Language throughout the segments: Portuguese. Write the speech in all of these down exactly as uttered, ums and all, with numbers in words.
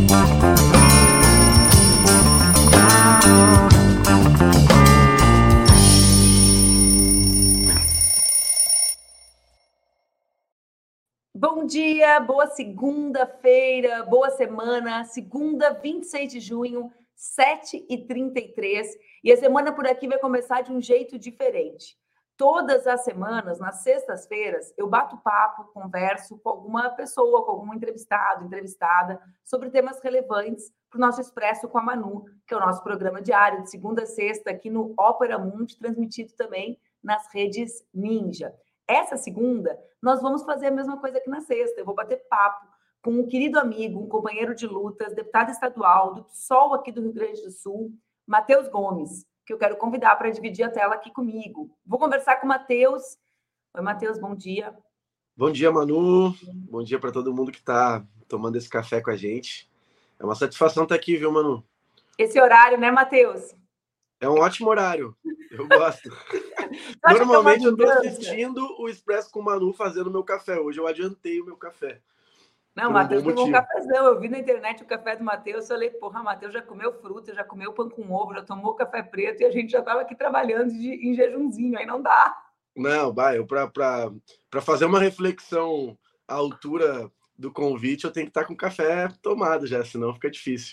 Bom dia, boa segunda-feira, boa semana, segunda, vinte e seis de junho, sete e trinta e três, e a semana por aqui vai começar de um jeito diferente. Todas as semanas, nas sextas-feiras, eu bato papo, converso com alguma pessoa, com algum entrevistado, entrevistada, sobre temas relevantes para o nosso Expresso com a Manu, que é o nosso programa diário de segunda a sexta aqui no Ópera Mundi, transmitido também nas redes Ninja. Essa segunda, nós vamos fazer a mesma coisa que na sexta. Eu vou bater papo com um querido amigo, um companheiro de lutas, deputado estadual do PSOL aqui do Rio Grande do Sul, Matheus Gomes, que eu quero convidar para dividir a tela aqui comigo. Vou conversar com o Matheus. Oi, Matheus, bom dia. Bom dia, Manu. Bom dia para todo mundo que está tomando esse café com a gente. É uma satisfação estar aqui, viu, Manu? Esse horário, né, Matheus? É um ótimo horário. Eu gosto. Normalmente eu estou assistindo o Expresso com o Manu fazendo meu café. Hoje eu adiantei o meu café. Não, o Matheus tomou um cafezão. Eu vi na internet o café do Matheus. Eu falei, porra, Matheus já comeu fruta, já comeu pão com ovo, já tomou café preto e a gente já estava aqui trabalhando de, em jejumzinho. Aí não dá. Não, vai. Eu para fazer uma reflexão à altura do convite, eu tenho que estar com o café tomado já, senão fica difícil.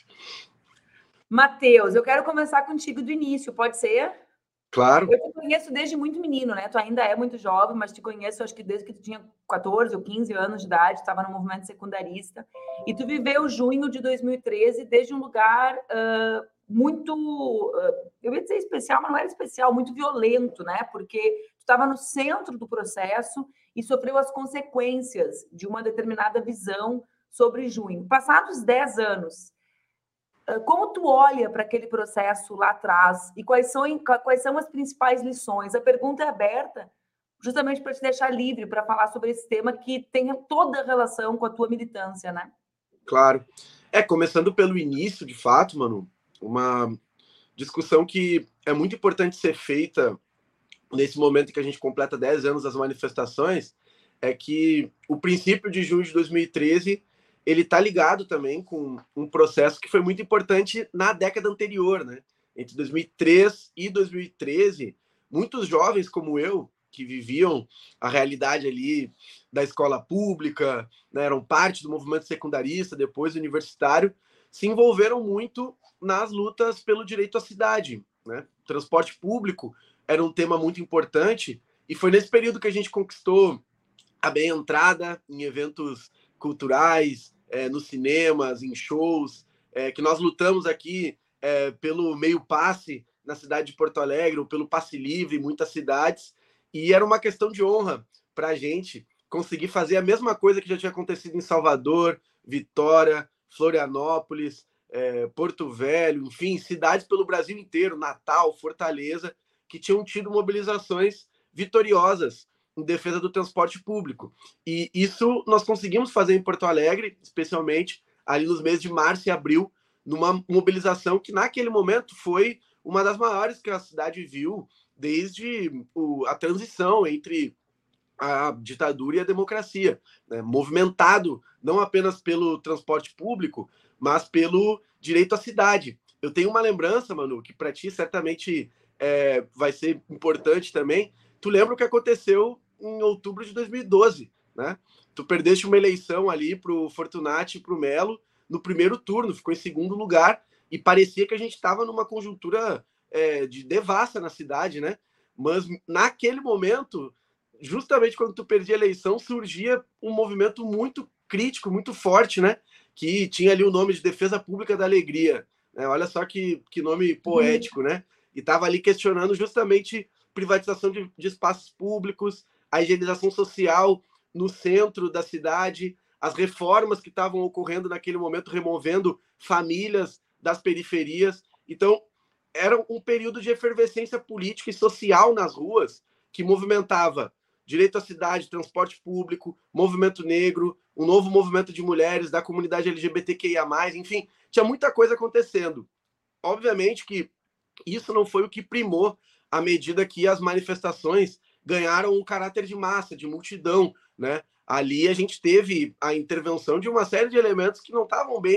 Matheus, eu quero começar contigo do início, pode ser? Claro. Eu te conheço desde muito menino, né? Tu ainda é muito jovem, mas te conheço, acho que desde que tu tinha quatorze ou quinze anos de idade, estava no movimento secundarista, e tu viveu junho de dois mil e treze desde um lugar uh, muito, uh, eu ia dizer especial, mas não era especial, muito violento, né? Porque tu estava no centro do processo e sofreu as consequências de uma determinada visão sobre junho. Passados dez anos, como tu olha para aquele processo lá atrás e quais são, quais são as principais lições? A pergunta é aberta justamente para te deixar livre para falar sobre esse tema que tem toda a relação com a tua militância, né? Claro. É, começando pelo início, de fato, Manu, uma discussão que é muito importante ser feita nesse momento que a gente completa dez anos das manifestações, é que o princípio de junho de dois mil e treze ele está ligado também com um processo que foi muito importante na década anterior, né? Entre dois mil e três e dois mil e treze, muitos jovens como eu, que viviam a realidade ali da escola pública, né, eram parte do movimento secundarista, depois universitário, se envolveram muito nas lutas pelo direito à cidade, né? Transporte público era um tema muito importante e foi nesse período que a gente conquistou a bem entrada em eventos culturais, É, nos cinemas, em shows, é, que nós lutamos aqui é, pelo meio passe na cidade de Porto Alegre, ou pelo passe livre em muitas cidades, e era uma questão de honra para a gente conseguir fazer a mesma coisa que já tinha acontecido em Salvador, Vitória, Florianópolis, é, Porto Velho, enfim, cidades pelo Brasil inteiro, Natal, Fortaleza, que tinham tido mobilizações vitoriosas em defesa do transporte público. E isso nós conseguimos fazer em Porto Alegre, especialmente ali nos meses de março e abril, numa mobilização que naquele momento foi uma das maiores que a cidade viu desde o, a transição entre a ditadura e a democracia, né? Movimentado não apenas pelo transporte público, mas pelo direito à cidade. Eu tenho uma lembrança, Manu, que para ti certamente é, vai ser importante também. Tu lembra o que aconteceu em outubro de dois mil e doze, né? Tu perdeste uma eleição ali para o Fortunati e para o Melo no primeiro turno, ficou em segundo lugar e parecia que a gente estava numa conjuntura é, de devassa na cidade, né? Mas naquele momento, justamente quando tu perdia a eleição, surgia um movimento muito crítico, muito forte, né? Que tinha ali o nome de Defesa Pública da Alegria, né? Olha só que, que nome poético, né? E estava ali questionando justamente privatização de, de espaços públicos, a higienização social no centro da cidade, as reformas que estavam ocorrendo naquele momento, removendo famílias das periferias. Então, era um período de efervescência política e social nas ruas que movimentava direito à cidade, transporte público, movimento negro, um novo movimento de mulheres da comunidade L G B T Q I A mais, enfim, tinha muita coisa acontecendo. Obviamente que isso não foi o que primou à medida que as manifestações ganharam um caráter de massa, de multidão, né? Ali a gente teve a intervenção de uma série de elementos que não estavam bem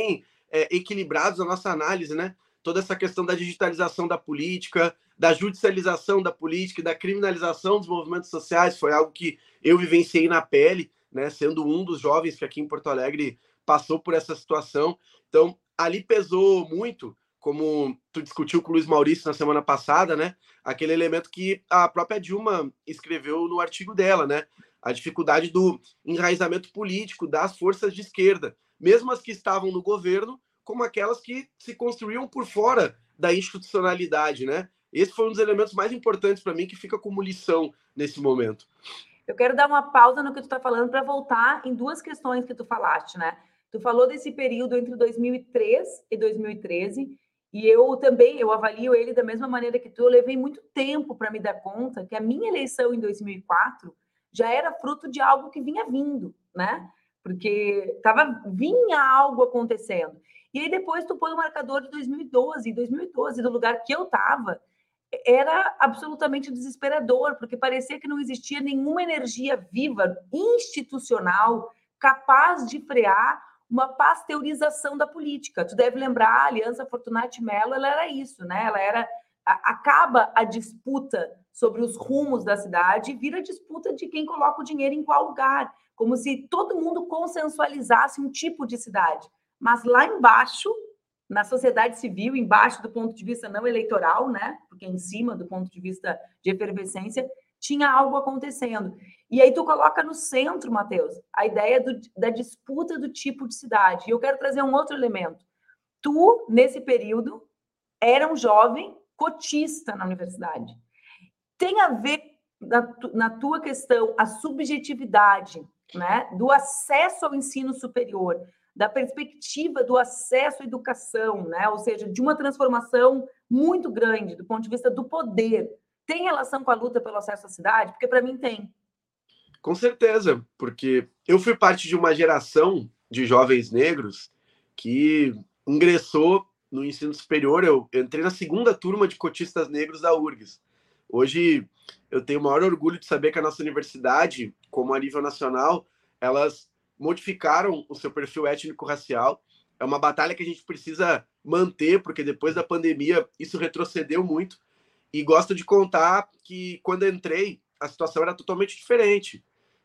é, equilibrados na nossa análise, né? Toda essa questão da digitalização da política, da judicialização da política e da criminalização dos movimentos sociais foi algo que eu vivenciei na pele, né? Sendo um dos jovens que aqui em Porto Alegre passou por essa situação. Então, ali pesou muito, como tu discutiu com o Luiz Maurício na semana passada, né? Aquele elemento que a própria Dilma escreveu no artigo dela, né? A dificuldade do enraizamento político das forças de esquerda, mesmo as que estavam no governo, como aquelas que se construíam por fora da institucionalidade, né? Esse foi um dos elementos mais importantes para mim, que fica como lição nesse momento. Eu quero dar uma pausa no que tu está falando para voltar em duas questões que tu falaste, né? Tu falou desse período entre dois mil e três e dois mil e treze, e eu também, eu avalio ele da mesma maneira que tu, eu levei muito tempo para me dar conta que a minha eleição em dois mil e quatro já era fruto de algo que vinha vindo, né? Porque tava, vinha algo acontecendo. E aí depois tu põe o marcador de dois mil e doze, dois mil e doze, do lugar que eu estava, era absolutamente desesperador, porque parecia que não existia nenhuma energia viva, institucional, capaz de frear uma pasteurização da política. Tu deve lembrar, a Aliança Fortunati Mello, ela era isso, né? Ela era a, acaba a disputa sobre os rumos da cidade e vira a disputa de quem coloca o dinheiro em qual lugar, como se todo mundo consensualizasse um tipo de cidade. Mas lá embaixo, na sociedade civil, embaixo do ponto de vista não eleitoral, né? Porque em cima do ponto de vista de efervescência, tinha algo acontecendo. E aí tu coloca no centro, Matheus, a ideia do, da disputa do tipo de cidade. E eu quero trazer um outro elemento. Tu, nesse período, era um jovem cotista na universidade. Tem a ver, na, na tua questão, a subjetividade, né, do acesso ao ensino superior, da perspectiva do acesso à educação, né, ou seja, de uma transformação muito grande do ponto de vista do poder. Tem relação com a luta pelo acesso à cidade? Porque para mim tem. Com certeza, porque eu fui parte de uma geração de jovens negros que ingressou no ensino superior. Eu entrei na segunda turma de cotistas negros da U R G S. Hoje eu tenho o maior orgulho de saber que a nossa universidade, como a nível nacional, elas modificaram o seu perfil étnico-racial. É uma batalha que a gente precisa manter, porque depois da pandemia isso retrocedeu muito. E gosto de contar que quando eu entrei, a situação era totalmente diferente.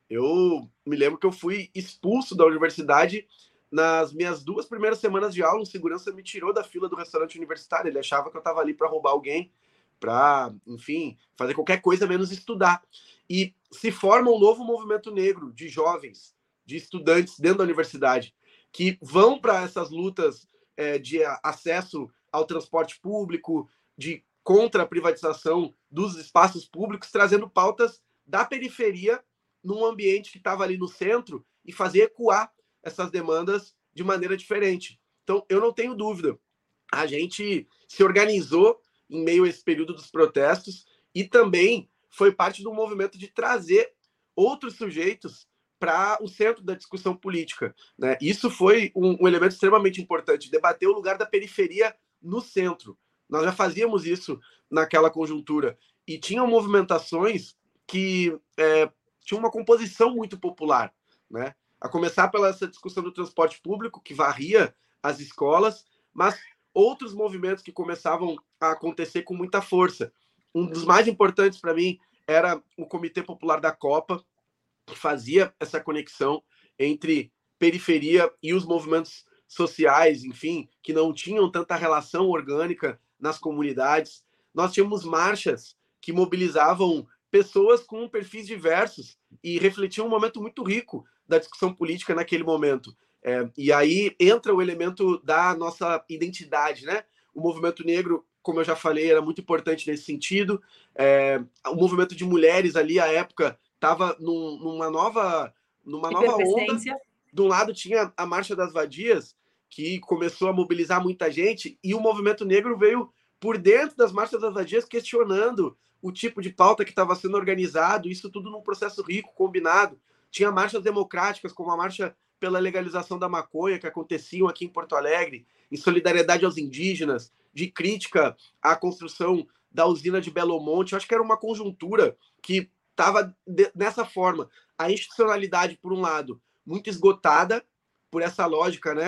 Eu me lembro que eu fui expulso da universidade nas minhas duas primeiras semanas de aula. O segurança me tirou da fila do restaurante universitário. Ele achava que eu estava ali para roubar alguém, para, enfim, fazer qualquer coisa menos estudar. E se forma um novo movimento negro de jovens, de estudantes dentro da universidade, que vão para essas lutas é, de acesso ao transporte público, de contra a privatização dos espaços públicos, trazendo pautas da periferia num ambiente que estava ali no centro e fazer ecoar essas demandas de maneira diferente. Então, eu não tenho dúvida. A gente se organizou em meio a esse período dos protestos e também foi parte do movimento de trazer outros sujeitos para o centro da discussão política, né? Isso foi um, um elemento extremamente importante, debater o lugar da periferia no centro. Nós já fazíamos isso naquela conjuntura e tinham movimentações que é, tinham uma composição muito popular, né? A começar pela essa discussão do transporte público, que varria as escolas, mas outros movimentos que começavam a acontecer com muita força. Um dos mais importantes para mim era o Comitê Popular da Copa, que fazia essa conexão entre periferia e os movimentos sociais, enfim, que não tinham tanta relação orgânica nas comunidades. Nós tínhamos marchas que mobilizavam pessoas com perfis diversos e refletiam um momento muito rico da discussão política naquele momento. É, e aí entra o elemento da nossa identidade, né? O movimento negro, como eu já falei, era muito importante nesse sentido. É, o movimento de mulheres ali, à época, estava num, numa nova, numa nova onda. De um lado tinha a Marcha das Vadias, que começou a mobilizar muita gente, e o movimento negro veio por dentro das Marchas das Vadias questionando o tipo de pauta que estava sendo organizado, isso tudo num processo rico, combinado. Tinha marchas democráticas, como a marcha pela legalização da maconha, que aconteciam aqui em Porto Alegre, em solidariedade aos indígenas, de crítica à construção da usina de Belo Monte. Eu acho que era uma conjuntura que estava nessa forma. A institucionalidade, por um lado, muito esgotada por essa lógica, né,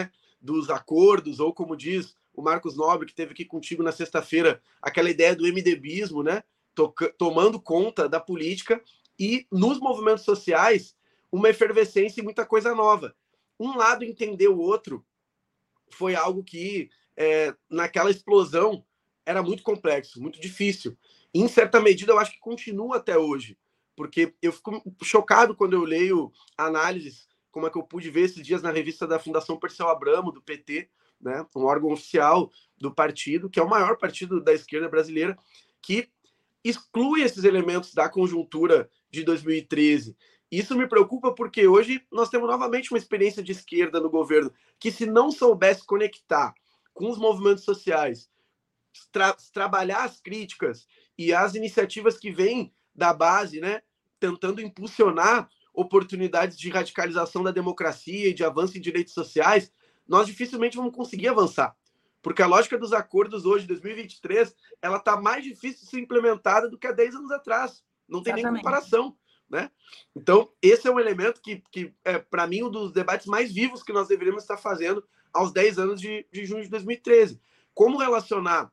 dos acordos, ou como diz o Marcos Nobre, que esteve aqui contigo na sexta-feira, aquela ideia do MDBismo, né? Tomando conta da política, e nos movimentos sociais, uma efervescência e muita coisa nova. Um lado entender o outro foi algo que, é, naquela explosão, era muito complexo, muito difícil. E, em certa medida, eu acho que continua até hoje, porque eu fico chocado quando eu leio análises, como é que eu pude ver esses dias na revista da Fundação Perseu Abramo, do P T, né, um órgão oficial do partido, que é o maior partido da esquerda brasileira, que exclui esses elementos da conjuntura de dois mil e treze. Isso me preocupa porque hoje nós temos novamente uma experiência de esquerda no governo que, se não soubesse conectar com os movimentos sociais, tra trabalhar as críticas e as iniciativas que vêm da base, né, tentando impulsionar oportunidades de radicalização da democracia e de avanço em direitos sociais, nós dificilmente vamos conseguir avançar. Porque a lógica dos acordos hoje, dois mil e vinte e três, ela está mais difícil de ser implementada do que há dez anos atrás. Não tem Exatamente. nem comparação. Né? Então, esse é um elemento que, que é, para mim, um dos debates mais vivos que nós deveríamos estar fazendo aos dez anos de, de junho de dois mil e treze. Como relacionar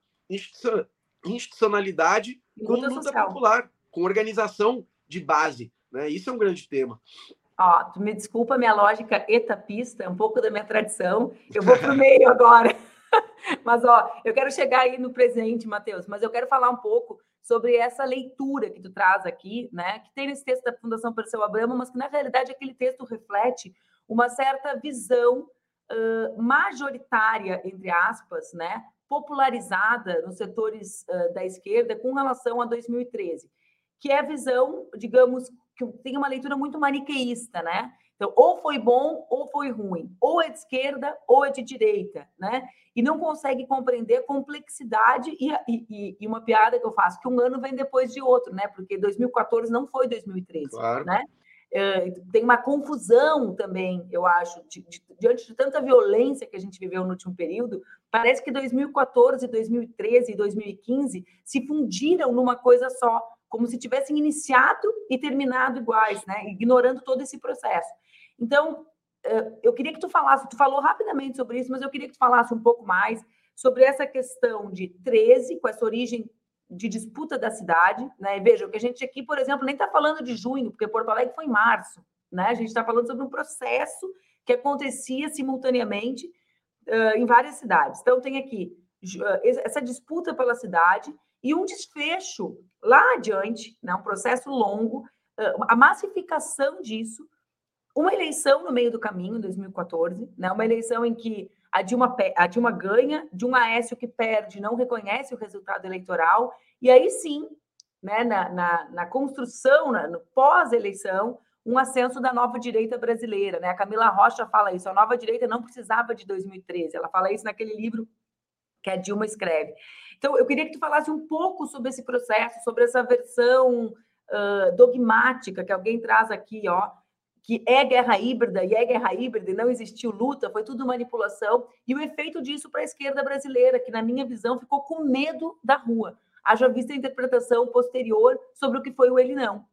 institucionalidade com luta, luta popular, com organização de base. Né? Isso é um grande tema. Ó, tu me desculpa, minha lógica etapista, é um pouco da minha tradição. Eu vou para o meio agora. Mas, ó, eu quero chegar aí no presente, Matheus, mas eu quero falar um pouco sobre essa leitura que tu traz aqui, né? Que tem nesse texto da Fundação Perseu Abramo, mas que, na realidade, aquele texto reflete uma certa visão uh, majoritária, entre aspas, né? Popularizada nos setores uh, da esquerda com relação a dois mil e treze, que é a visão, digamos, que tem uma leitura muito maniqueísta, né? Então, ou foi bom ou foi ruim, ou é de esquerda ou é de direita, né? E não consegue compreender a complexidade e, e, e uma piada que eu faço, que um ano vem depois de outro, né? Porque dois mil e quatorze não foi dois mil e treze, claro. Né? É, tem uma confusão também, eu acho, de, de, diante de tanta violência que a gente viveu no último período, parece que dois mil e quatorze, dois mil e treze e dois mil e quinze se fundiram numa coisa só, como se tivessem iniciado e terminado iguais, né? Ignorando todo esse processo. Então, eu queria que tu falasse, tu falou rapidamente sobre isso, mas eu queria que tu falasse um pouco mais sobre essa questão de treze, com essa origem de disputa da cidade, né? Veja, que a gente aqui, por exemplo, nem está falando de junho, porque Porto Alegre foi em março, né? A gente está falando sobre um processo que acontecia simultaneamente uh, em várias cidades. Então, tem aqui uh, essa disputa pela cidade e um desfecho lá adiante, né? Um processo longo, uh, a massificação disso, uma eleição no meio do caminho, em dois mil e quatorze, né? Uma eleição em que a Dilma, a Dilma ganha, de um Aécio que perde, não reconhece o resultado eleitoral, e aí sim, né, na, na, na construção, na, no pós-eleição, um ascenso da nova direita brasileira. Né? A Camila Rocha fala isso, a nova direita não precisava de dois mil e treze, ela fala isso naquele livro que a Dilma escreve. Então, eu queria que tu falasse um pouco sobre esse processo, sobre essa versão uh, dogmática que alguém traz aqui, ó, que é guerra híbrida, e é guerra híbrida, e não existiu luta, foi tudo manipulação, e o efeito disso para a esquerda brasileira, que, na minha visão, ficou com medo da rua. Haja vista a interpretação posterior sobre o que foi o ele não.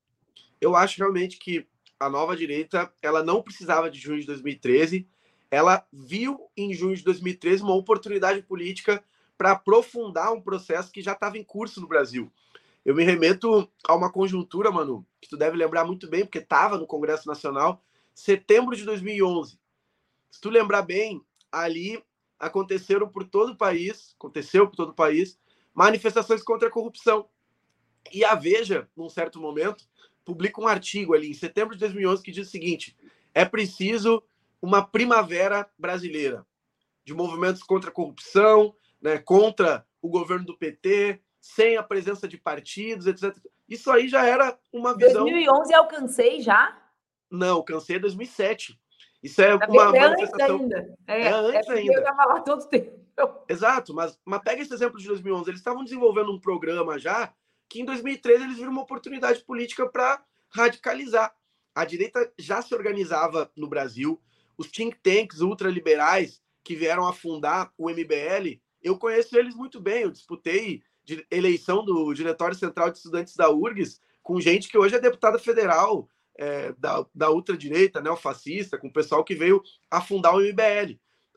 Eu acho realmente que a nova direita, ela não precisava de junho de dois mil e treze, ela viu em junho de dois mil e treze uma oportunidade política para aprofundar um processo que já estava em curso no Brasil. Eu me remeto a uma conjuntura, Manu, que tu deve lembrar muito bem, porque estava no Congresso Nacional, setembro de dois mil e onze. Se tu lembrar bem, ali aconteceram por todo o país, aconteceu por todo o país, manifestações contra a corrupção. E a Veja, num certo momento, publica um artigo ali, em setembro de dois mil e onze, que diz o seguinte: é preciso uma primavera brasileira, de movimentos contra a corrupção, né, contra o governo do P T, sem a presença de partidos, etcétera. Isso aí já era uma visão... dois mil e onze alcancei já? Não, alcancei em dois mil e sete. Isso é tá uma é manifestação... Antes ainda. É, é antes é ainda. Eu estava lá todo tempo. Exato, mas, mas pega esse exemplo de dois mil e onze. Eles estavam desenvolvendo um programa já que em dois mil e treze eles viram uma oportunidade política para radicalizar. A direita já se organizava no Brasil. Os think tanks ultraliberais que vieram a fundar o M B L, eu conheço eles muito bem. Eu disputei de eleição do Diretório Central de Estudantes da U R G S com gente que hoje é deputada federal é, da, da ultradireita, neofascista, com o pessoal que veio a fundar o M B L.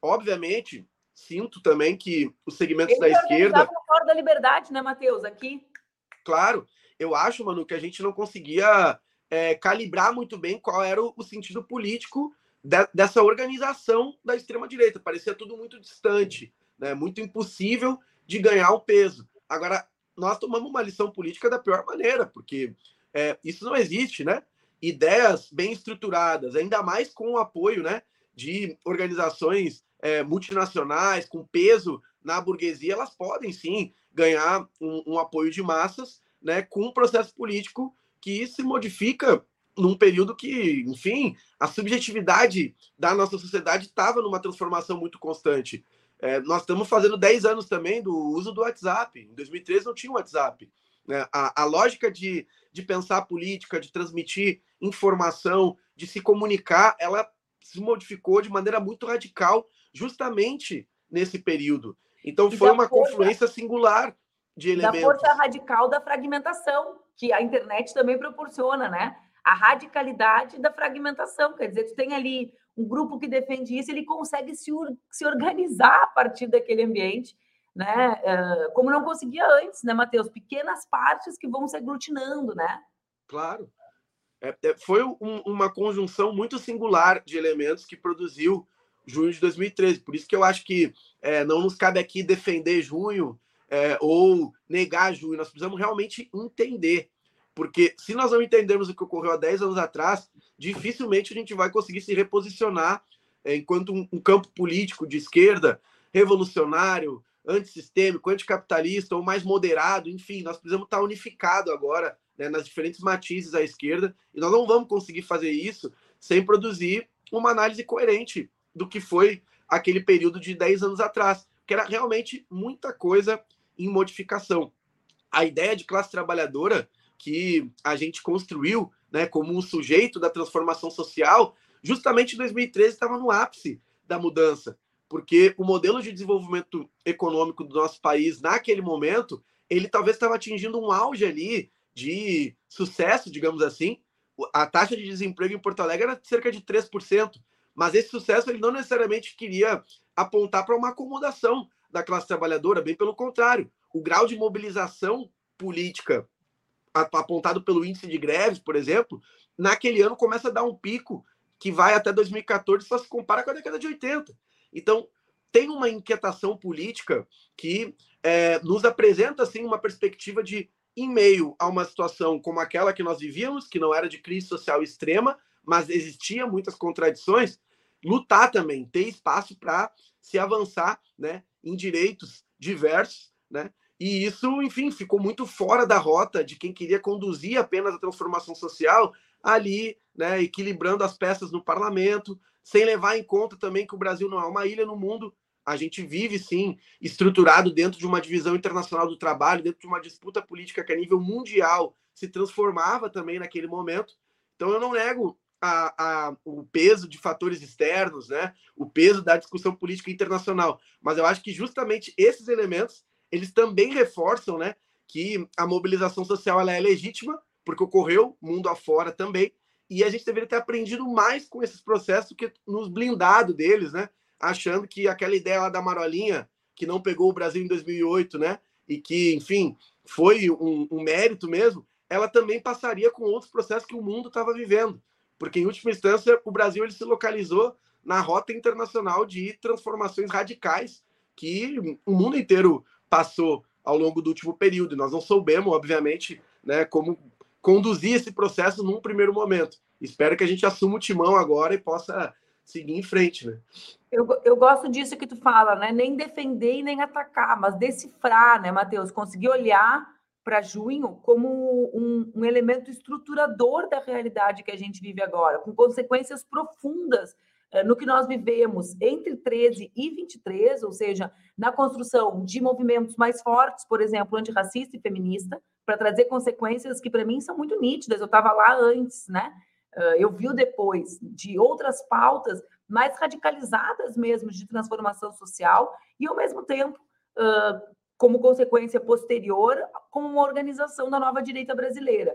obviamente, sinto também que os segmentos Ele da esquerda... Fora da Liberdade, né, Matheus? Aqui. Claro, eu acho, Manu, que a gente não conseguia é, calibrar muito bem qual era o, o sentido político de, dessa organização da extrema-direita. Parecia tudo muito distante, né? Muito impossível de ganhar o peso. Agora, nós tomamos uma lição política da pior maneira, porque é, isso não existe, né? Ideias bem estruturadas, ainda mais com o apoio, né, de organizações é, multinacionais, com peso na burguesia, elas podem sim ganhar um, um apoio de massas, né, com um processo político que se modifica num período que, enfim, a subjetividade da nossa sociedade estava numa transformação muito constante. É, nós estamos fazendo dez anos também do uso do WhatsApp. Em dois mil e treze não tinha WhatsApp. Né? A, a lógica de, de pensar política, de transmitir informação, de se comunicar, ela se modificou de maneira muito radical justamente nesse período. Então, e foi uma força, confluência singular de elementos. Da força radical da fragmentação, que a internet também proporciona, né? A radicalidade da fragmentação. Quer dizer, tu tem ali um grupo que defende isso, ele consegue se, se organizar a partir daquele ambiente, né? Uh, como não conseguia antes, né, Matheus? Pequenas partes que vão se aglutinando, né? Claro. É, é, foi um, uma conjunção muito singular de elementos que produziu junho de dois mil e treze. Por isso que eu acho que é, não nos cabe aqui defender junho é, ou negar junho. Nós precisamos realmente entender. Porque se nós não entendermos o que ocorreu há dez anos atrás, dificilmente a gente vai conseguir se reposicionar é, enquanto um, um campo político de esquerda, revolucionário, antissistêmico, anticapitalista ou mais moderado. Enfim, nós precisamos estar unificados agora, né, nas diferentes matizes à esquerda, e nós não vamos conseguir fazer isso sem produzir uma análise coerente do que foi aquele período de dez anos atrás, que era realmente muita coisa em modificação. A ideia de classe trabalhadora que a gente construiu, né, como um sujeito da transformação social, justamente em dois mil e treze estava no ápice da mudança, porque o modelo de desenvolvimento econômico do nosso país, naquele momento, ele talvez estava atingindo um auge ali de sucesso, digamos assim. A taxa de desemprego em Porto Alegre era de cerca de três por cento, mas esse sucesso ele não necessariamente queria apontar para uma acomodação da classe trabalhadora, bem pelo contrário. O grau de mobilização política apontado pelo índice de greves, por exemplo, naquele ano começa a dar um pico que vai até dois mil e quatorze, só se compara com a década de oitenta. Então, tem uma inquietação política que é, nos apresenta assim, uma perspectiva de, em meio a uma situação como aquela que nós vivíamos, que não era de crise social extrema, mas existia muitas contradições, lutar também, ter espaço para se avançar, né, em direitos diversos, né? E isso, enfim, ficou muito fora da rota de quem queria conduzir apenas a transformação social ali, né, equilibrando as peças no parlamento, sem levar em conta também que o Brasil não é uma ilha no mundo. A gente vive, sim, estruturado dentro de uma divisão internacional do trabalho, dentro de uma disputa política que a nível mundial se transformava também naquele momento. Então, eu não nego a, a, o peso de fatores externos, né, o peso da discussão política internacional, mas eu acho que justamente esses elementos eles também reforçam, né, que a mobilização social ela é legítima, porque ocorreu mundo afora também, e a gente deveria ter aprendido mais com esses processos do que nos blindado deles, né, achando que aquela ideia lá da Marolinha, que não pegou o Brasil em dois mil e oito, né, e que, enfim, foi um, um mérito mesmo, ela também passaria com outros processos que o mundo estava vivendo, porque, em última instância, o Brasil ele se localizou na rota internacional de transformações radicais que o mundo inteiro passou ao longo do último período. E nós não soubemos, obviamente, né, como conduzir esse processo num primeiro momento. Espero que a gente assuma o timão agora e possa seguir em frente, né? Eu, eu gosto disso que tu fala, né? Nem defender e nem atacar, mas decifrar, né, Matheus? Conseguir olhar para junho como um, um elemento estruturador da realidade que a gente vive agora, com consequências profundas no que nós vivemos entre treze e vinte e três, ou seja, na construção de movimentos mais fortes, por exemplo, antirracista e feminista, para trazer consequências que, para mim, são muito nítidas. Eu estava lá antes, né? Eu vi o depois de outras pautas mais radicalizadas mesmo de transformação social e, ao mesmo tempo, como consequência posterior, como uma organização da nova direita brasileira.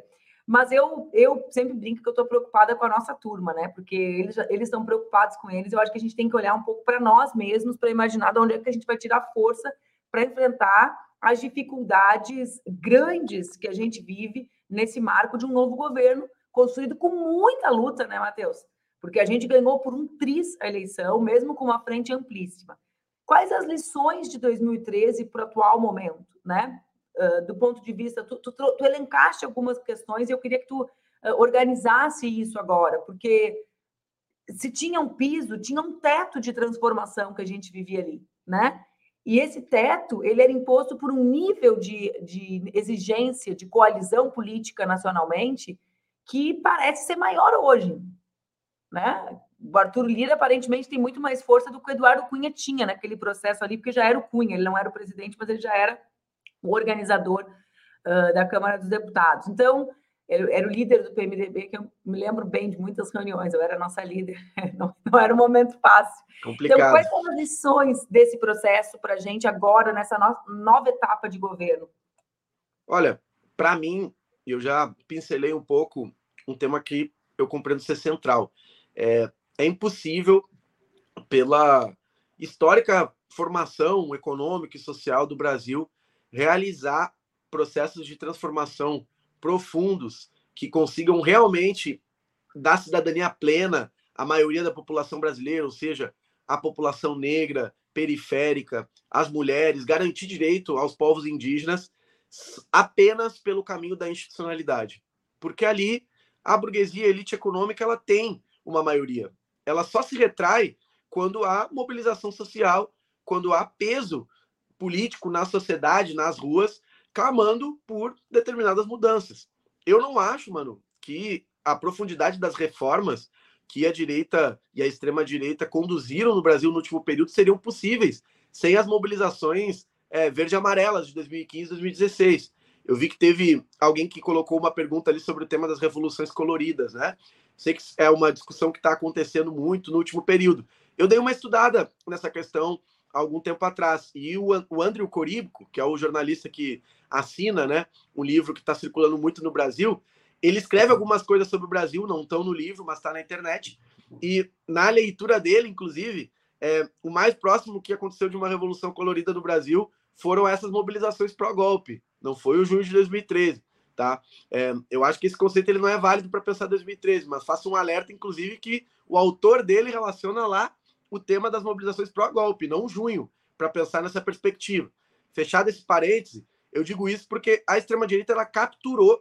Mas eu, eu sempre brinco que eu estou preocupada com a nossa turma, né? Porque eles, eles estão preocupados com eles. Eu acho que a gente tem que olhar um pouco para nós mesmos, para imaginar de onde é que a gente vai tirar força para enfrentar as dificuldades grandes que a gente vive nesse marco de um novo governo construído com muita luta, né, Matheus? Porque a gente ganhou por um tris a eleição, mesmo com uma frente amplíssima. Quais as lições de dois mil e treze para o atual momento, né? Uh, do ponto de vista, tu, tu, tu elencaste algumas questões e eu queria que tu uh, organizasse isso agora, porque se tinha um piso, tinha um teto de transformação que a gente vivia ali, né? E esse teto, ele era imposto por um nível de, de exigência, de coalizão política nacionalmente, que parece ser maior hoje, né? O Arthur Lira, aparentemente, tem muito mais força do que o Eduardo Cunha tinha naquele processo ali, porque já era o Cunha, ele não era o presidente, mas ele já era o organizador uh, da Câmara dos Deputados. Então, eu era o líder do P M D B, que eu me lembro bem de muitas reuniões, eu era a nossa líder, não, não era um momento fácil. Complicado. Então, quais são as lições desse processo para a gente agora, nessa no nova etapa de governo? Olha, para mim, eu já pincelei um pouco um tema que eu compreendo ser central. É, é impossível, pela histórica formação econômica e social do Brasil, realizar processos de transformação profundos que consigam realmente dar cidadania plena à maioria da população brasileira, ou seja, a população negra, periférica, as mulheres, garantir direito aos povos indígenas apenas pelo caminho da institucionalidade. Porque ali a burguesia, a elite econômica, ela tem uma maioria. Ela só se retrai quando há mobilização social, quando há peso político na sociedade, nas ruas, clamando por determinadas mudanças. Eu não acho, mano, que a profundidade das reformas que a direita e a extrema-direita conduziram no Brasil no último período seriam possíveis sem as mobilizações é, verde-amarelas de dois mil e quinze e dois mil e dezesseis. Eu vi que teve alguém que colocou uma pergunta ali sobre o tema das revoluções coloridas, né? Sei que é uma discussão que está acontecendo muito no último período. Eu dei uma estudada nessa questão há algum tempo atrás, e o, o Andrew Coríbico, que é o jornalista que assina, né, um livro que está circulando muito no Brasil, ele escreve algumas coisas sobre o Brasil, não estão no livro, mas está na internet, e na leitura dele, inclusive, é, o mais próximo que aconteceu de uma revolução colorida no Brasil foram essas mobilizações pró-golpe, não foi o junho de dois mil e treze, tá? É, eu acho que esse conceito ele não é válido para pensar dois mil e treze, mas faço um alerta, inclusive, que o autor dele relaciona lá o tema das mobilizações pró-golpe, não junho, para pensar nessa perspectiva. Fechado esse parêntese, eu digo isso porque a extrema-direita ela capturou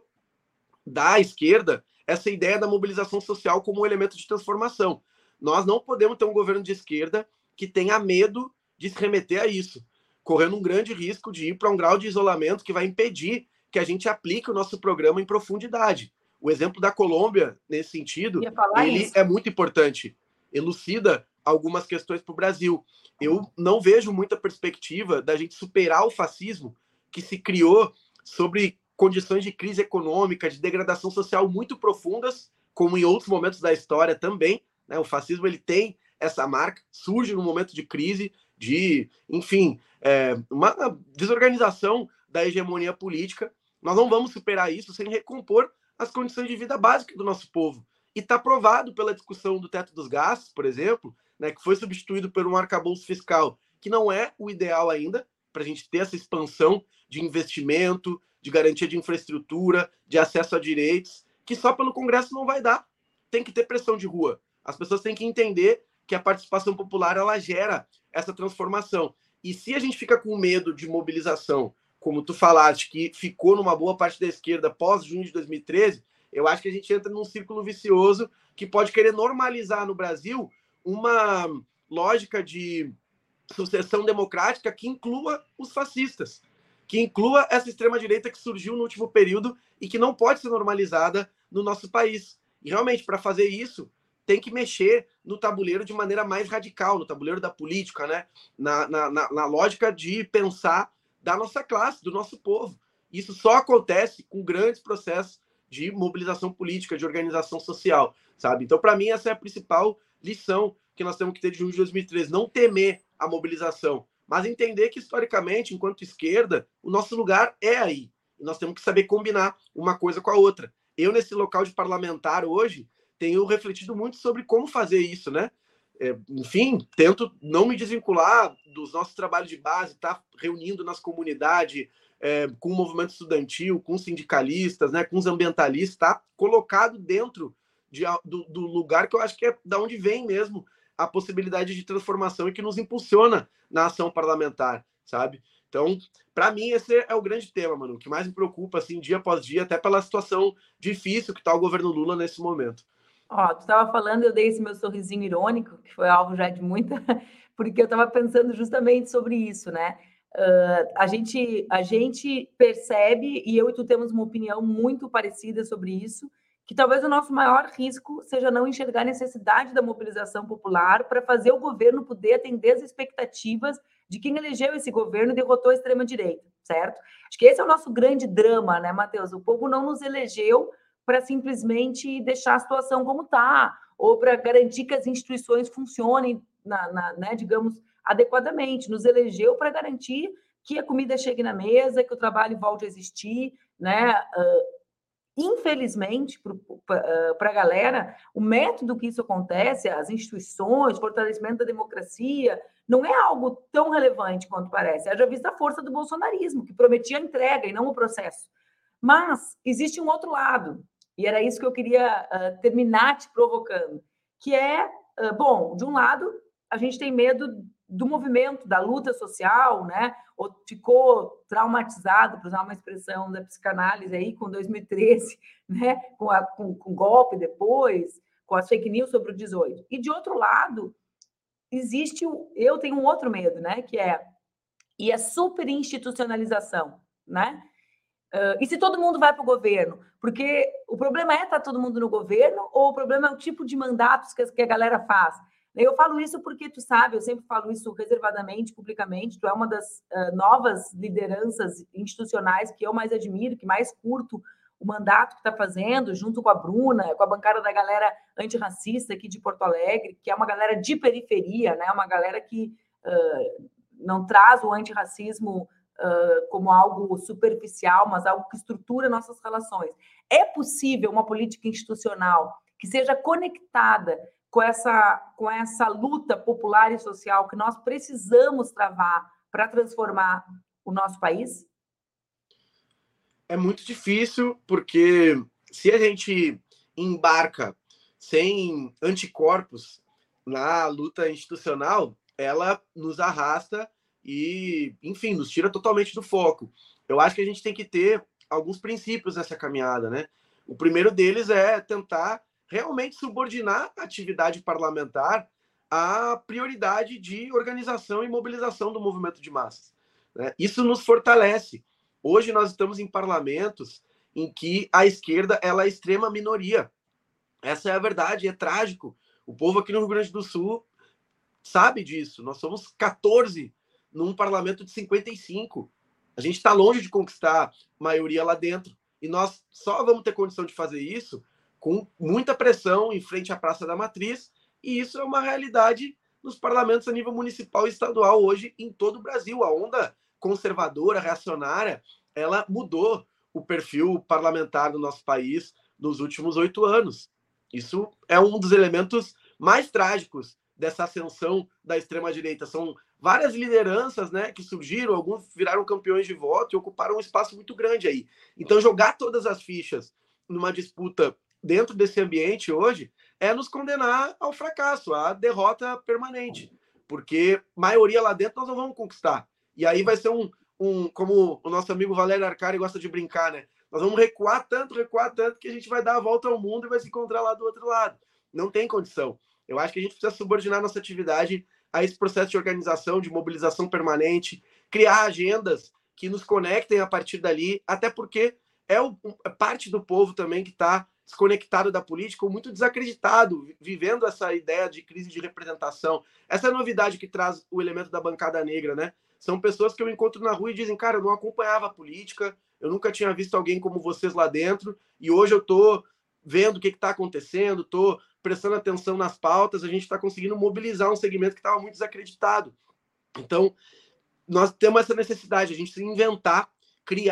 da esquerda essa ideia da mobilização social como um elemento de transformação. Nós não podemos ter um governo de esquerda que tenha medo de se remeter a isso, correndo um grande risco de ir para um grau de isolamento que vai impedir que a gente aplique o nosso programa em profundidade. O exemplo da Colômbia, nesse sentido, ele isso. é muito importante. Elucida algumas questões para o Brasil. Eu não vejo muita perspectiva da gente superar o fascismo que se criou sobre condições de crise econômica, de degradação social muito profundas, como em outros momentos da história também, né? O fascismo ele tem essa marca, surge num momento de crise, de, enfim, é, uma desorganização da hegemonia política. Nós não vamos superar isso sem recompor as condições de vida básicas do nosso povo. E está provado pela discussão do teto dos gastos, por exemplo, né, que foi substituído por um arcabouço fiscal, que não é o ideal ainda para a gente ter essa expansão de investimento, de garantia de infraestrutura, de acesso a direitos, que só pelo Congresso não vai dar. Tem que ter pressão de rua. As pessoas têm que entender que a participação popular ela gera essa transformação. E se a gente fica com medo de mobilização, como tu falaste, que ficou numa boa parte da esquerda pós-junho de dois mil e treze, eu acho que a gente entra num círculo vicioso que pode querer normalizar no Brasil uma lógica de sucessão democrática que inclua os fascistas, que inclua essa extrema-direita que surgiu no último período e que não pode ser normalizada no nosso país. E realmente, para fazer isso, tem que mexer no tabuleiro de maneira mais radical, no tabuleiro da política, né? na, na, na, na lógica de pensar da nossa classe, do nosso povo. Isso só acontece com grandes processos de mobilização política, de organização social, sabe? Então, para mim, essa é a principal lição que nós temos que ter de junho de dois mil e treze. Não temer a mobilização, mas entender que, historicamente, enquanto esquerda, o nosso lugar é aí. E nós temos que saber combinar uma coisa com a outra. eu, nesse local de parlamentar hoje, tenho refletido muito sobre como fazer isso, né? É, enfim, tento não me desvincular dos nossos trabalhos de base, estar tá reunindo nas comunidades, é, com o movimento estudantil, com sindicalistas, né, com os ambientalistas, tá colocado dentro de, do, do lugar que eu acho que é da onde vem mesmo a possibilidade de transformação e que nos impulsiona na ação parlamentar, sabe? Então, para mim, esse é o grande tema, mano, o que mais me preocupa, assim, dia após dia, até pela situação difícil que está o governo Lula nesse momento. Ó, tu estava falando, eu dei esse meu sorrisinho irônico, que foi alvo já de muita, porque eu estava pensando justamente sobre isso, né? Uh, a, gente, a gente percebe, e eu e tu temos uma opinião muito parecida sobre isso, que talvez o nosso maior risco seja não enxergar a necessidade da mobilização popular para fazer o governo poder atender as expectativas de quem elegeu esse governo e derrotou a extrema-direita, certo? Acho que esse é o nosso grande drama, né, Matheus? O povo não nos elegeu para simplesmente deixar a situação como está, ou para garantir que as instituições funcionem, na, na, né, digamos, adequadamente. Nos elegeu para garantir que a comida chegue na mesa, que o trabalho volte a existir, né? Uh, infelizmente, para a galera, o método que isso acontece, as instituições, fortalecimento da democracia, não é algo tão relevante quanto parece. Haja vista a força do bolsonarismo, que prometia a entrega e não o processo. Mas existe um outro lado, e era isso que eu queria uh, terminar te provocando, que é, uh, bom, de um lado, a gente tem medo do movimento, da luta social, né? Ou ficou traumatizado, para usar uma expressão da psicanálise aí, com dois mil e treze, né? Com, a, com, com o golpe depois, com as fake news sobre o dezoito. E, de outro lado, existe, o, eu tenho um outro medo, né? Que é, e a superinstitucionalização, né? Uh, e se todo mundo vai para o governo? Porque o problema é estar todo mundo no governo ou o problema é o tipo de mandatos que, que a galera faz? Eu falo isso porque tu sabe, eu sempre falo isso reservadamente, publicamente, tu é uma das uh, novas lideranças institucionais que eu mais admiro, que mais curto o mandato que está fazendo, junto com a Bruna, com a bancada da galera antirracista aqui de Porto Alegre, que é uma galera de periferia, né? Uma galera que uh, não traz o antirracismo Uh, como algo superficial, mas algo que estrutura nossas relações. É possível uma política institucional que seja conectada com essa, com essa luta popular e social que nós precisamos travar para transformar o nosso país? É muito difícil, porque se a gente embarca sem anticorpos na luta institucional, ela nos arrasta e, enfim, nos tira totalmente do foco. Eu acho que a gente tem que ter alguns princípios nessa caminhada, né? O primeiro deles é tentar realmente subordinar a atividade parlamentar à prioridade de organização e mobilização do movimento de massas, né? Isso nos fortalece. Hoje nós estamos em parlamentos em que a esquerda ela é extrema minoria. Essa é a verdade, é trágico. O povo aqui no Rio Grande do Sul sabe disso. Nós somos quatorze num parlamento de cinquenta e cinco. A gente está longe de conquistar maioria lá dentro. E nós só vamos ter condição de fazer isso com muita pressão em frente à Praça da Matriz. E isso é uma realidade nos parlamentos a nível municipal e estadual hoje em todo o Brasil. A onda conservadora, reacionária, ela mudou o perfil parlamentar do nosso país nos últimos oito anos. Isso é um dos elementos mais trágicos dessa ascensão da extrema-direita. São várias lideranças, né, que surgiram, alguns viraram campeões de voto e ocuparam um espaço muito grande aí. Então, jogar todas as fichas numa disputa dentro desse ambiente hoje é nos condenar ao fracasso, à derrota permanente, porque maioria lá dentro nós não vamos conquistar. E aí vai ser um, um como o nosso amigo Valério Arcari gosta de brincar, né? Nós vamos recuar tanto, recuar tanto, que a gente vai dar a volta ao mundo e vai se encontrar lá do outro lado. Não tem condição. Eu acho que a gente precisa subordinar nossa atividade a esse processo de organização, de mobilização permanente, criar agendas que nos conectem a partir dali, até porque é, o, é parte do povo também que está desconectado da política, ou muito desacreditado, vivendo essa ideia de crise de representação. Essa é a novidade que traz o elemento da bancada negra, né? São pessoas que eu encontro na rua e dizem, cara, eu não acompanhava a política, eu nunca tinha visto alguém como vocês lá dentro, e hoje eu estou vendo o que está acontecendo, estou prestando atenção nas pautas, a gente está conseguindo mobilizar um segmento que estava muito desacreditado. Então, nós temos essa necessidade, a gente precisa inventar, criar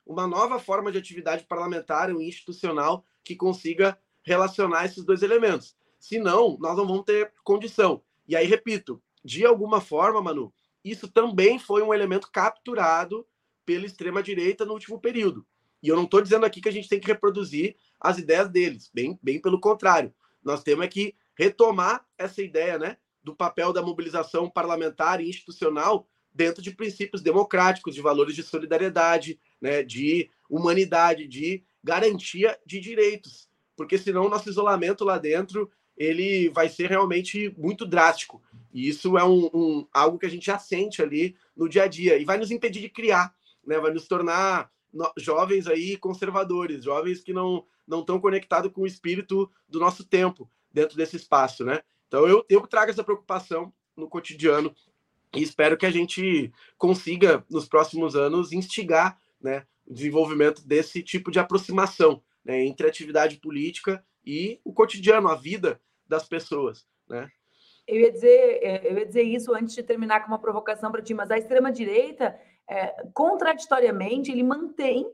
uma nova forma de atividade parlamentar e institucional que consiga relacionar esses dois elementos. Senão, nós não vamos ter condição. E aí, repito, de alguma forma, Manu, isso também foi um elemento capturado pela extrema-direita no último período. E eu não estou dizendo aqui que a gente tem que reproduzir as ideias deles, bem, bem pelo contrário. Nós temos que retomar essa ideia, né, do papel da mobilização parlamentar e institucional dentro de princípios democráticos, de valores de solidariedade, né, de humanidade, de garantia de direitos. Porque senão o nosso isolamento lá dentro ele vai ser realmente muito drástico. E isso é um, um, algo que a gente já sente ali no dia a dia. E vai nos impedir de criar, né? Vai nos tornar no, jovens aí conservadores, jovens que não não estão conectados com o espírito do nosso tempo dentro desse espaço, né? Então eu, eu trago essa preocupação no cotidiano e espero que a gente consiga, nos próximos anos, instigar, né, o desenvolvimento desse tipo de aproximação, né, entre a atividade política e o cotidiano, a vida das pessoas, né? Eu ia dizer, eu ia dizer isso antes de terminar com uma provocação para ti, mas a extrema-direita, é, contraditoriamente, ele mantém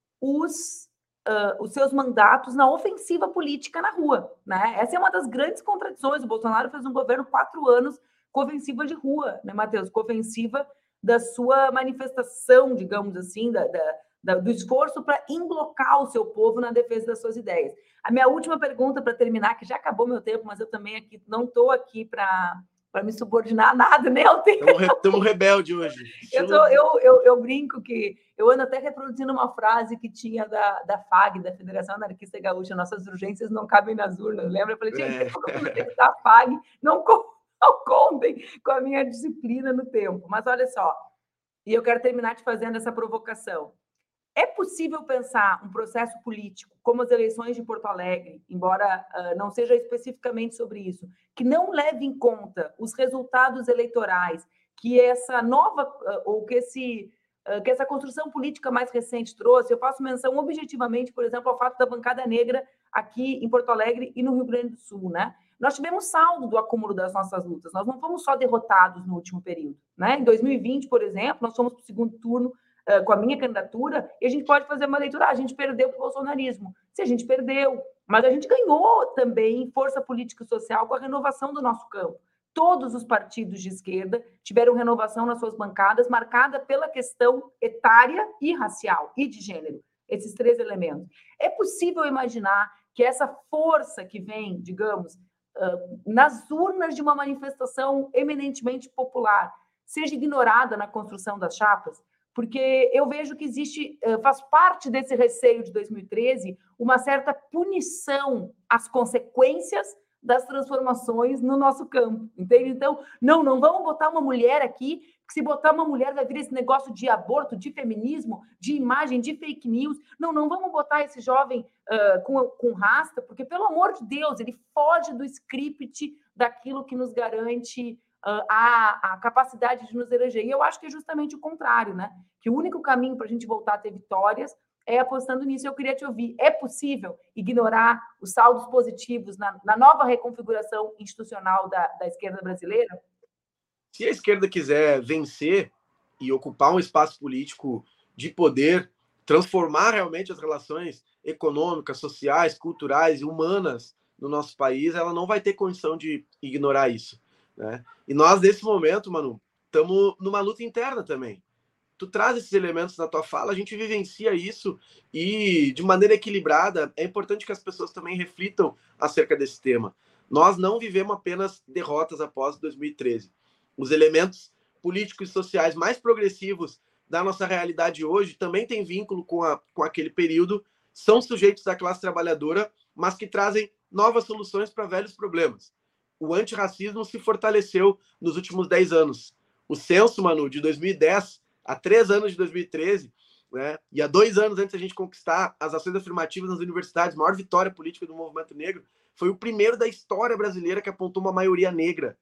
os, uh, os seus mandatos na ofensiva política na rua, né? Essa é uma das grandes contradições. O Bolsonaro fez um governo quatro anos com ofensiva de rua, né, Matheus? Com ofensiva da sua manifestação, digamos assim, da, da do esforço para emblocar o seu povo na defesa das suas ideias. A minha última pergunta, para terminar, que já acabou meu tempo, mas eu também aqui não estou aqui para me subordinar a nada, nem ao tempo. Estamos rebelde hoje. Eu, tô, eu, eu, eu brinco que eu ando até reproduzindo uma frase que tinha da, da F A G, da Federação Anarquista Gaúcha: nossas urgências não cabem nas urnas. Lembra? Eu falei, gente, é. eu tenho que dar F A G, não, não contem com a minha disciplina no tempo. Mas olha só, e eu quero terminar te fazendo essa provocação. É possível pensar um processo político, como as eleições de Porto Alegre, embora uh, não seja especificamente sobre isso, que não leve em conta os resultados eleitorais que essa nova, uh, ou que, esse, uh, que essa construção política mais recente trouxe? Eu faço menção objetivamente, por exemplo, ao fato da bancada negra aqui em Porto Alegre e no Rio Grande do Sul, né? Nós tivemos saldo do acúmulo das nossas lutas, nós não fomos só derrotados no último período, né? Em dois mil e vinte, por exemplo, nós fomos para o segundo turno Uh, com a minha candidatura, e a gente pode fazer uma leitura: ah, a gente perdeu para o bolsonarismo. Se a gente perdeu, mas a gente ganhou também força política e social com a renovação do nosso campo. Todos os partidos de esquerda tiveram renovação nas suas bancadas, marcada pela questão etária e racial, e de gênero, esses três elementos. É possível imaginar que essa força que vem, digamos, uh, nas urnas de uma manifestação eminentemente popular, seja ignorada na construção das chapas? Porque eu vejo que existe, faz parte desse receio de dois mil e treze, uma certa punição às consequências das transformações no nosso campo, entende? Então, não, não vamos botar uma mulher aqui, porque se botar uma mulher vai vir esse negócio de aborto, de feminismo, de imagem, de fake news. Não, não vamos botar esse jovem uh, com, com rasta, porque, pelo amor de Deus, ele foge do script daquilo que nos garante Uh, a, a capacidade de nos eleger. E eu acho que é justamente o contrário, né? Que o único caminho para a gente voltar a ter vitórias é apostando nisso. Eu queria te ouvir: é possível ignorar os saldos positivos na, na nova reconfiguração institucional da, da esquerda brasileira? Se a esquerda quiser vencer e ocupar um espaço político de poder, transformar realmente as relações econômicas, sociais, culturais e humanas no nosso país, ela não vai ter condição de ignorar isso, né? E nós, nesse momento, Manu, estamos numa luta interna também. Tu traz esses elementos na tua fala, a gente vivencia isso e, de maneira equilibrada, é importante que as pessoas também reflitam acerca desse tema. Nós não vivemos apenas derrotas após dois mil e treze. Os elementos políticos e sociais mais progressivos da nossa realidade hoje também têm vínculo com, a, com aquele período, são sujeitos da classe trabalhadora, mas que trazem novas soluções para velhos problemas. O antirracismo se fortaleceu nos últimos dez anos. O censo, Manu, de dois mil e dez, há três anos de dois mil e treze, né, e há dois anos antes da gente conquistar as ações afirmativas nas universidades, maior vitória política do movimento negro, foi o primeiro da história brasileira que apontou uma maioria negra.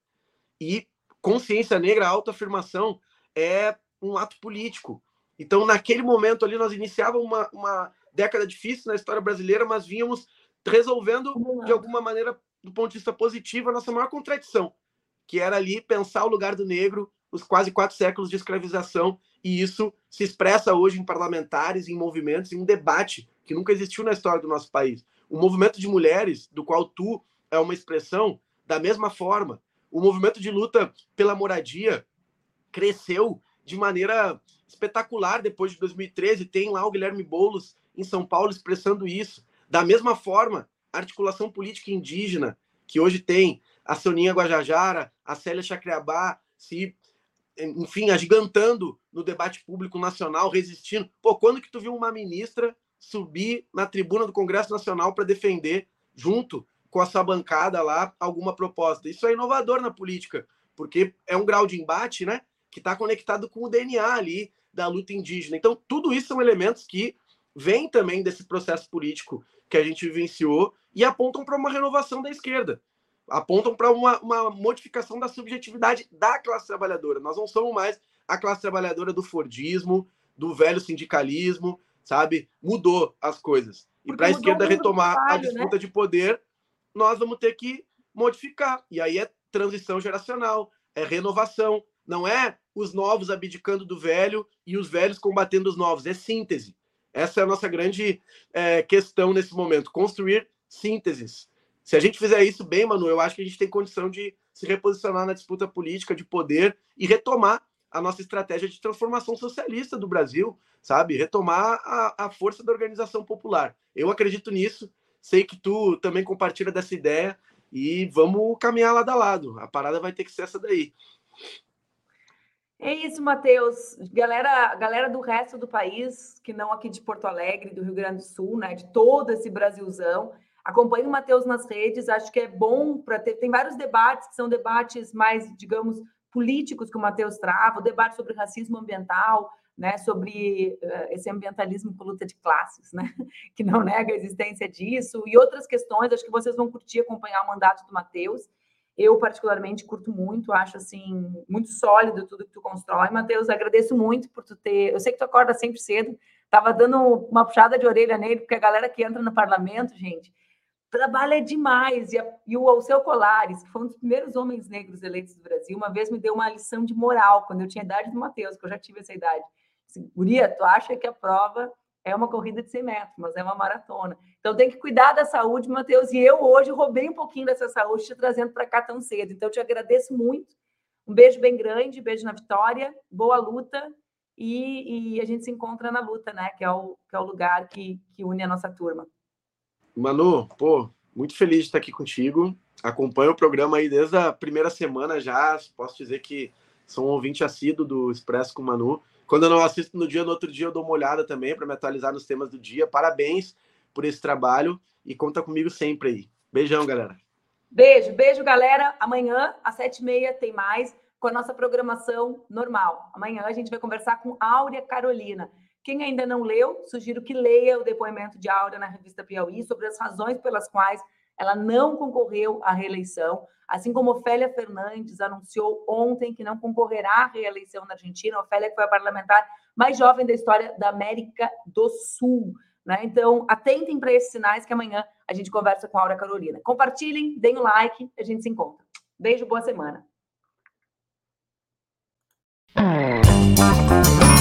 E consciência negra, autoafirmação, é um ato político. Então, naquele momento ali, nós iniciávamos uma, uma década difícil na história brasileira, mas vínhamos resolvendo, de alguma maneira, do ponto de vista positivo, a nossa maior contradição, que era ali pensar o lugar do negro os quase quatro séculos de escravização, e isso se expressa hoje em parlamentares, em movimentos, em um debate que nunca existiu na história do nosso país. O movimento de mulheres, do qual tu é uma expressão, da mesma forma. O movimento de luta pela moradia cresceu de maneira espetacular depois de dois mil e treze. Tem lá o Guilherme Boulos, em São Paulo, expressando isso. Da mesma forma, a articulação política indígena, que hoje tem a Soninha Guajajara, a Célia Chacriabá, se, enfim, agigantando no debate público nacional, resistindo. Pô, quando que tu viu uma ministra subir na tribuna do Congresso Nacional para defender, junto com a sua bancada lá, alguma proposta? Isso é inovador na política, porque é um grau de embate, né, que está conectado com o D N A ali da luta indígena. Então, tudo isso são elementos que vêm também desse processo político que a gente vivenciou e apontam para uma renovação da esquerda, apontam para uma, uma modificação da subjetividade da classe trabalhadora. Nós não somos mais a classe trabalhadora do fordismo, do velho sindicalismo, sabe? Mudou as coisas. E para a esquerda retomar trabalho, a disputa, né, de poder, nós vamos ter que modificar. E aí é transição geracional, é renovação. Não é os novos abdicando do velho e os velhos combatendo os novos. É síntese. Essa é a nossa grande é, questão nesse momento. Construir sínteses. Se a gente fizer isso bem, Manu, eu acho que a gente tem condição de se reposicionar na disputa política de poder e retomar a nossa estratégia de transformação socialista do Brasil, sabe? Retomar a, a força da organização popular. Eu acredito nisso, sei que tu também compartilha dessa ideia e vamos caminhar lado a lado. A parada vai ter que ser essa daí. É isso, Matheus. Galera, galera do resto do país, que não aqui de Porto Alegre, do Rio Grande do Sul, né? De todo esse Brasilzão. Acompanhe o Matheus nas redes, acho que é bom para ter... Tem vários debates que são debates mais, digamos, políticos que o Matheus trava, o debate sobre racismo ambiental, né, sobre uh, esse ambientalismo com luta de classes, né, que não nega a existência disso, e outras questões. Acho que vocês vão curtir acompanhar o mandato do Matheus. Eu, particularmente, curto muito, acho, assim, muito sólido tudo que tu constrói. Matheus, agradeço muito por tu ter... Eu sei que tu acorda sempre cedo, estava dando uma puxada de orelha nele, porque a galera que entra no parlamento, gente, trabalha demais. E, a, e o Alceu Colares, que foi um dos primeiros homens negros eleitos do Brasil, uma vez me deu uma lição de moral, quando eu tinha a idade do Matheus, que eu já tive essa idade. Assim, guria, tu acha que a prova é uma corrida de cem metros, mas é uma maratona. Então, tem que cuidar da saúde, Matheus. E eu, hoje, roubei um pouquinho dessa saúde, te trazendo para cá tão cedo. Então, eu te agradeço muito. Um beijo bem grande, beijo na vitória, boa luta. E, e a gente se encontra na luta, né? Que é o, que é o lugar que, que une a nossa turma. Manu, pô, muito feliz de estar aqui contigo. Acompanho o programa aí desde a primeira semana já. Posso dizer que sou um ouvinte assíduo do Expresso com o Manu. Quando eu não assisto no dia, no outro dia eu dou uma olhada também para me atualizar nos temas do dia. Parabéns por esse trabalho e conta comigo sempre aí. Beijão, galera. Beijo, beijo, galera. Amanhã, às sete e meia, tem mais com a nossa programação normal. Amanhã a gente vai conversar com Áurea Carolina. Quem ainda não leu, sugiro que leia o depoimento de Áurea na revista Piauí sobre as razões pelas quais ela não concorreu à reeleição, assim como Ofélia Fernandes anunciou ontem que não concorrerá à reeleição na Argentina. Ofélia, que foi a parlamentar mais jovem da história da América do Sul, né? Então, atentem para esses sinais que amanhã a gente conversa com a Áurea Carolina. Compartilhem, deem o like, a gente se encontra. Beijo, boa semana.